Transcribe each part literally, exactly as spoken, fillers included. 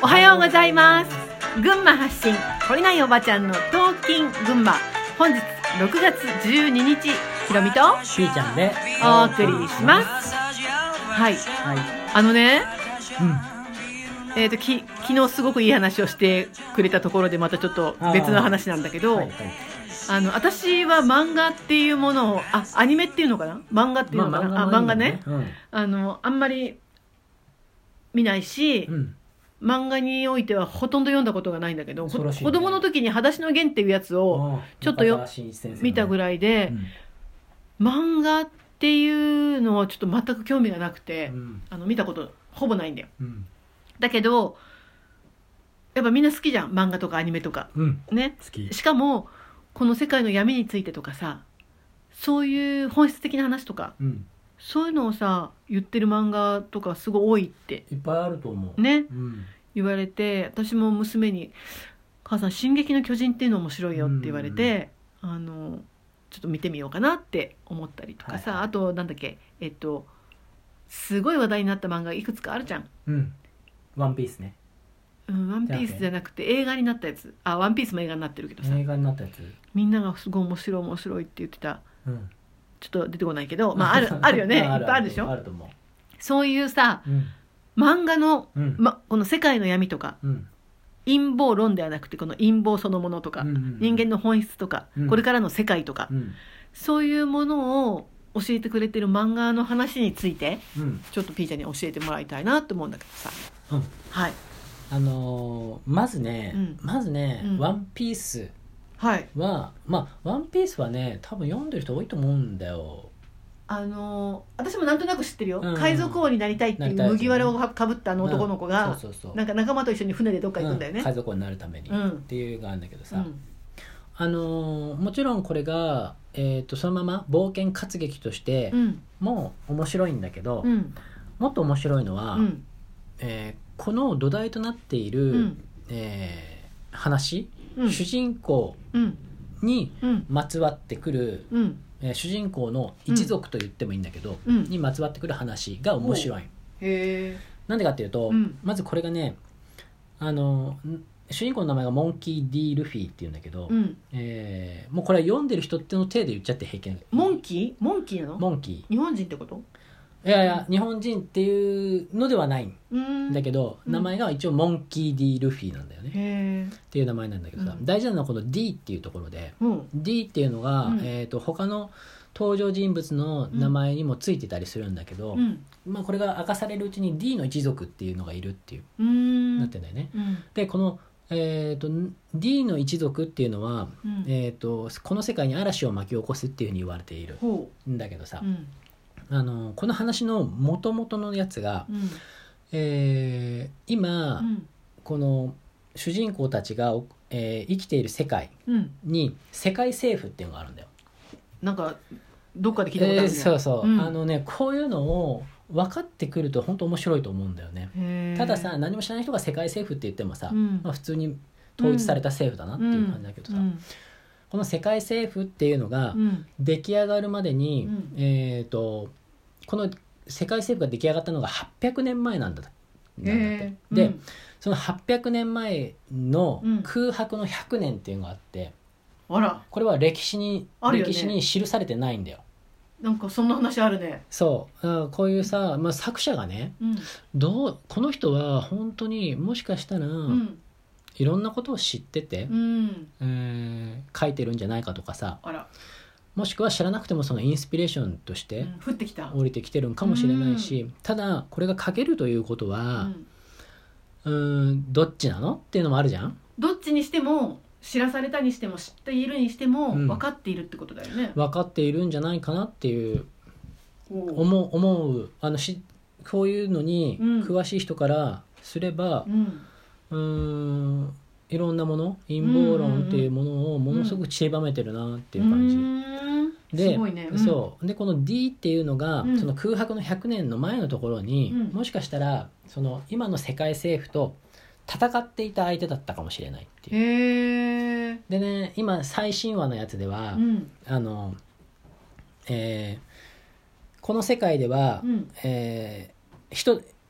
おはようございます。群馬発信懲りないおばちゃんのトーキン群馬。本日ろくがつじゅうににち、ひろみとしーちゃんでお送りします。はい、はい、あのね、うん、えーとき昨日すごくいい話をしてくれたところでまたちょっと別の話なんだけど、はいはい、あの私は漫画っていうものをあアニメっていうのかな、漫画っていうのかな、まあ、漫画ね、あ漫画ね、うん、あのあんまり見ないし、うん、漫画においてはほとんど読んだことがないんだけど、ね、子供の時に裸足の弦っていうやつをちょっとよ、ね、見たぐらいで、うん、漫画っていうのはちょっと全く興味がなくて、うん、あの見たことほぼないんだよ、うん、だけどやっぱみんな好きじゃん、漫画とかアニメとか、うん、ね、好き。しかもこの世界の闇についてとかさ、そういう本質的な話とか、うん、そういうのをさ言ってる漫画とかすごい多いっていっぱいあると思うね、うん、言われて、私も娘に母さん進撃の巨人っていうの面白いよって言われて、うん、あのちょっと見てみようかなって思ったりとかさ、はいはい、あとなんだっけ、えっとすごい話題になった漫画いくつかあるじゃん、 うん、ワンピースね、 うん、ワンピースじゃなくて映画になったやつ、あワンピースも映画になってるけどさ、 映画になったやつみんながすごい面白い面白いって言ってた、うん、ちょっと出てこないけど、まああるあるよねいっぱいあるでしょ。 あると思う。 そういうさ、うん、漫画の、うんま、この世界の闇とか、うん、陰謀論ではなくてこの陰謀そのものとか、うんうんうん、人間の本質とか、うん、これからの世界とか、うん、そういうものを教えてくれてる漫画の話について、うん、ちょっとピーちゃんに教えてもらいたいなと思うんだけどさ、うん、はい、 あのー、まずね、うん、まずね、うん、ワンピースは、はい、まあワンピースはね多分読んでる人多いと思うんだよ。 あのー、私もなんとなく知ってるよ、うん、海賊王になりたいっていう麦わらをかぶったあの男の子が、うん、そうそうそう、なんか仲間と一緒に船でどっか行くんだよね、 うん、海賊王になるために、うん、っていうのがあるんだけどさ、うん、あのー、もちろんこれが、えーと、そのまま冒険活劇としても面白いんだけど、うん、もっと面白いのは、うんえー、この土台となっている、うんえー、話、うん、主人公にまつわってくる、うんえー、主人公の一族と言ってもいいんだけど、うん、にまつわってくる話が面白い。へなんでかっていうと、うん、まずこれがね、あの主人公の名前がモンキー・ディ・ルフィっていうんだけど、うんえー、もうこれは読んでる人っての手で言っちゃって平気なの。 モンキーモンキーなの？ モンキー。 日本人ってこと？ いやいや、日本人っていうのではないんだけど、名前が一応モンキー D ルフィなんだよね、へっていう名前なんだけどさ、うん、大事なのはこの D っていうところで、うん、D っていうのが、うんえー、と他の登場人物の名前にもついてたりするんだけど、うんまあ、これが明かされるうちに D の一族っていうのがいるっていう、うん、なってんだよね、うん、でこのえー、と D の一族っていうのは、うんえー、とこの世界に嵐を巻き起こすっていうふうに言われているんだけどさ、うんあのこの話の元々のやつが、うんえー、今、うん、この主人公たちが、えー、生きている世界に世界政府っていうのがあるんだよ。 なんかどっかで聞いたことあるんだよ、えー、 そうそう、うん、あのねこういうのを分かってくると本当面白いと思うんだよね。たださ何も知らない人が世界政府って言ってもさ、うんまあ、普通に統一された政府だなっていう感じだけどさ、うんうんこの世界政府っていうのが出来上がるまでに、うんえー、とこの世界政府が出来上がったのがはっぴゃくねんまえなんだ、なんだって、で、うん、そのはっぴゃくねんまえの空白のひゃくねんっていうのがあって、うん、あらこれは歴史に、ね、歴史に記されてないんだよ。 なんかそんな話あるね。 そうこういうさ、まあ、作者がね、うん、どうこの人は本当にもしかしたら、うんいろんなことを知ってて、うんえー、書いてるんじゃないかとかさ、あらもしくは知らなくてもそのインスピレーションとして降ってきた降りてきてるんかもしれないし、ただこれが書けるということは、うん、うーんどっちなのっていうのもあるじゃん。 どっちにしても知らされたにしても知っているにしても、うん、分かっているってことだよね。 分かっているんじゃないかなっていう思う、思うあのしこういうのに詳しい人からすれば、うんうーんいろんなもの陰謀論っていうものをものすごく散りばめてるなっていう感じ、うんで、すごいね、うん、そうでこの D っていうのが、うん、その空白のひゃくねんの前のところに、うん、もしかしたらその今の世界政府と戦っていた相手だったかもしれないっていう。へーでね今最新話のやつでは、うん、あのえー、この世界では、うんえー、人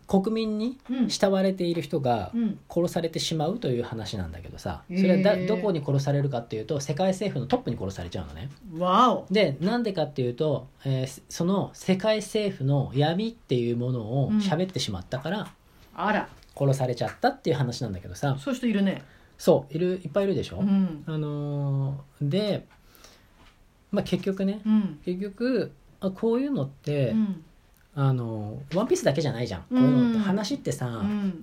国民に慕われている人が殺されてしまうという話なんだけどさ、それはだどこに殺されるかっていうと世界政府のトップに殺されちゃうのね。 わお。 でなんでかっていうと、えー、その世界政府の闇っていうものを喋ってしまったから、うん、 あら殺されちゃったっていう話なんだけどさ。 そういう人いるね。 そういるいっぱいいるでしょ、 うん、 あのー、で、まあ、結局ね、 うん、 結局あこういうのって、 うんあのワンピースだけじゃないじゃん、こういうのって話ってさ、 うん、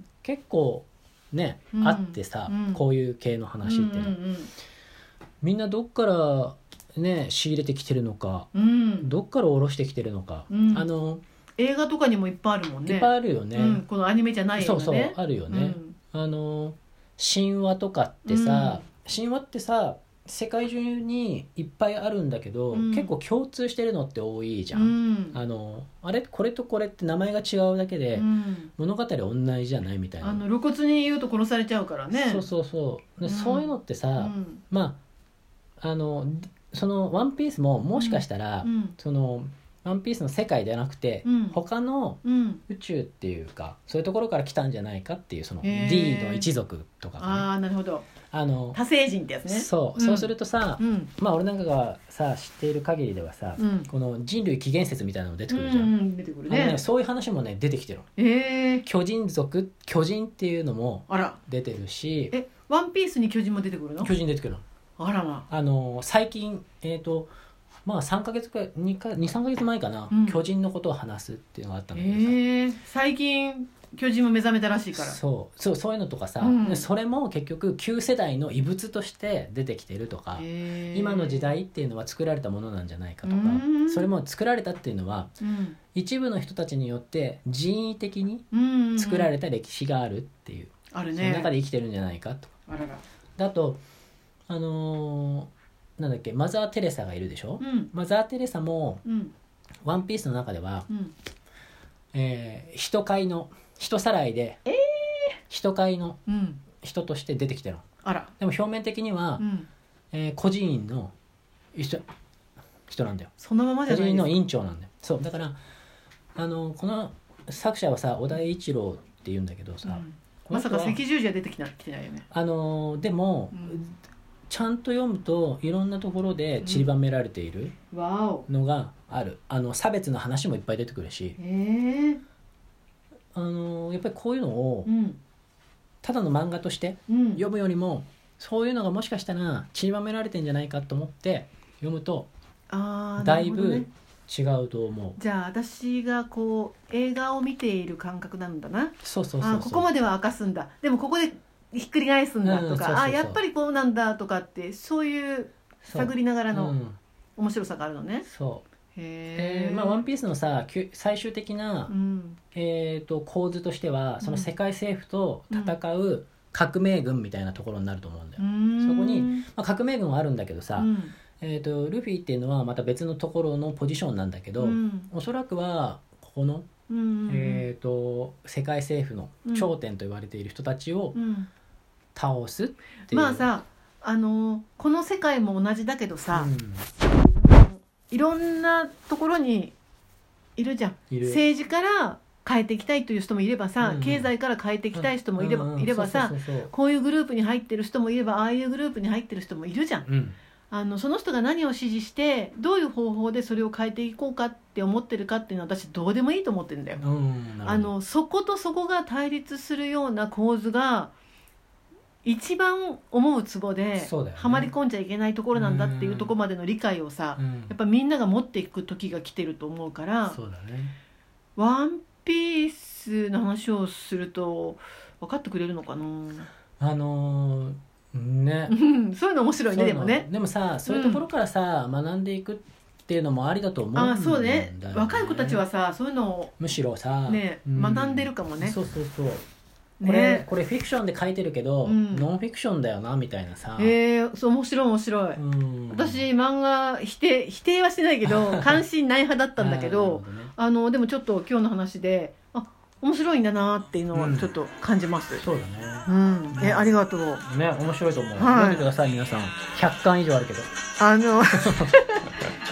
結構ね、うん、あってさ、うん、こういう系の話っていうの、うんうんうん、みんなどっからね仕入れてきてるのか、 うん、 どっから下ろしてきてるのか、 うん、 あの映画とかにもいっぱいあるもんね。 いっぱいあるよね、 うん、このアニメじゃないよね。 そうそうあるよね、うん、あの神話とかってさ、うん、神話ってさ世界中にいっぱいあるんだけど、うん、結構共通してるのって多いじゃん、 うん、 あのあれこれとこれって名前が違うだけで、うん、物語同じじゃないみたいな。 あの露骨に言うと殺されちゃうからね。 そうそうそうで、うん、そういうのってさ、うん、まああのそのワンピースももしかしたら、うん、そのワンピースの世界ではなくて、うん、他の宇宙っていうか、そういうところから来たんじゃないかっていうその D の一族とかが、ね、 ああなるほど。 あの多星人ってやつね。 そう、うん、そうするとさ、うん、まあ俺なんかがさ知っている限りではさ、うん、この人類起源説みたいなの出てくるじゃん、うんうん、 出てくるね。 ねそういう話もね出てきてるの、 えー、 巨人族巨人っていうのも出てるし。 えワンピースに巨人も出てくるの？ 巨人出てくるの。 あらまあの最近えっ、ー、とまあさんかげつかにかにさんかげつまえかな、うん、巨人のことを話すっていうのがあったんだけどさ、えー、最近巨人も目覚めたらしいから。 そうそうそういうのとかさ、うん、それも結局旧世代の異物として出てきてるとか、今の時代っていうのは作られたものなんじゃないかとか、それも作られたっていうのは、うん、一部の人たちによって人為的に作られた歴史があるっていう、 うんうんうん、 その中で生きてるんじゃないかと。 あらら。 だとあのー、なんだっけマザー・テレサがいるでしょ、 うん、 マザー・テレサも、うん、ワンピースの中では、うんえー、人飼いの人さらいで、 えー、 人飼いの人として出てきてるの、 うん、あらでも表面的には、うんえー、孤児院の人, 人なんだよ。 そのままじゃないですか。 孤児院の院長なんだよ。そうだからあのこの作者はさ小田栄一郎っていうんだけどさ、うんまさか赤十字は出てきてないよね。 あのでも、うん、ちゃんと読むといろんなところで散りばめられているのがある、うん、あの差別の話もいっぱい出てくるし、 えー、 あのやっぱりこういうのを、うん、ただの漫画として読むよりも、うん、そういうのがもしかしたら散りばめられてんじゃないかと思って読むとあだいぶ違うと思う。 じゃあ私がこう映画を見ている感覚なんだな。 そうそうそうそう。 あここまでは明かすんだ、でもここでひっくり返すんだとか、うん、そうそうそう、あやっぱりこうなんだとかってそういう探りながらの面白さがあるのね。 そうへえーまあ、ワンピースのさ最終的な、うんえー、と構図としてはその世界政府と戦う革命軍みたいなところになると思うんだよ、うん、そこに、まあ、革命軍はあるんだけどさ、うんえー、とルフィっていうのはまた別のところのポジションなんだけど、うん、おそらくはここの、うんえー、と世界政府の頂点と言われている人たちを倒すっていう、 うん、まあさあのこの世界も同じだけどさ、うん、いろんなところにいるじゃん。政治から変えていきたいという人もいればさ、うん、経済から変えていきたい人もいれば、うん、いればさこういうグループに入ってる人もいればああいうグループに入ってる人もいるじゃん、うんあのその人が何を指示してどういう方法でそれを変えていこうかって思ってるかっていうのは私どうでもいいと思ってるんだよ、うん、あのそことそこが対立するような構図が一番思うツボで、ね、はまり込んじゃいけないところなんだっていうところまでの理解をさ、うん、やっぱみんなが持っていく時が来てると思うからそうだね、 ワンピースの話をすると分かってくれるのかな。 あのーね、 そういうの面白いね。でもねでもさそういうところからさ、うん、学んでいくっていうのもありだと思うんだよね。 あそうね若い子たちはさそういうのをむしろさ、 ねうん、学んでるかもね。 そうそうそうこれ、ね、これフィクションで書いてるけど、うん、ノンフィクションだよなみたいなさ。 えー、そう面白い面白い、うん、私漫画否定否定はしてないけど関心ない派だったんだけどあ、ね、あのでもちょっと今日の話であ面白いんだなっていうのをちょっと感じます、 うん、そうだね、 うんえありがとうね面白いと思う、はい、読んでください皆さんひゃっかん以上あるけどあの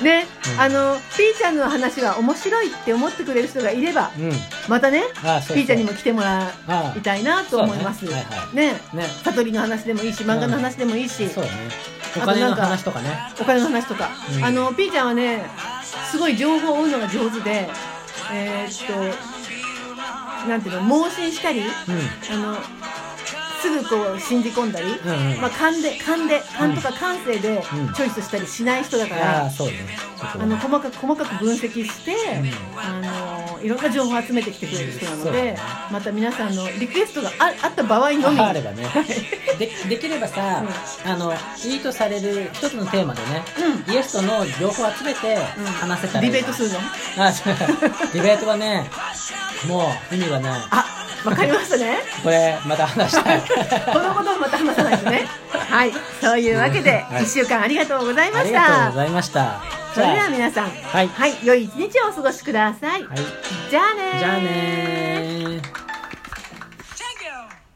ね、うん、あのピーちゃんの話は面白いって思ってくれる人がいれば、うん、またねそうそうピーちゃんにも来てもらいたいなと思います。ね、はいはい、ね、ね、悟りの話でもいいし漫画の話でもいいし、うん、そうね、 お金の話とかね、 お金の話とか、うん、あのピーちゃんはねすごい情報を追うのが上手で、えー、っとなんていうの盲信したり、うん、あのすぐこう信じ込んだり、うんうん、まあ、勘で勘で勘とか感性でチョイスしたりしない人だから、うん、あそうね、あの細かく細かく分析して、うん、あのいろんな情報を集めてきてくれる人なので、ね、また皆さんのリクエストが あ, あった場合のみあればねで, できればさ、うん、あのいいとされる一つのテーマでね、うん、イエスとの情報を集めて話せたらいい、 うん、ディベートするのあディベートはねもう意味がない。 あ、わかりましたね。 これまた話したいこのことをまた話さないとね。はい、そういうわけでいっしゅうかんありがとうございました。 ありがとうございました。 それでは皆さん、はい、はい、良い一日をお過ごしください。はい、じゃあねー。 じゃあねー。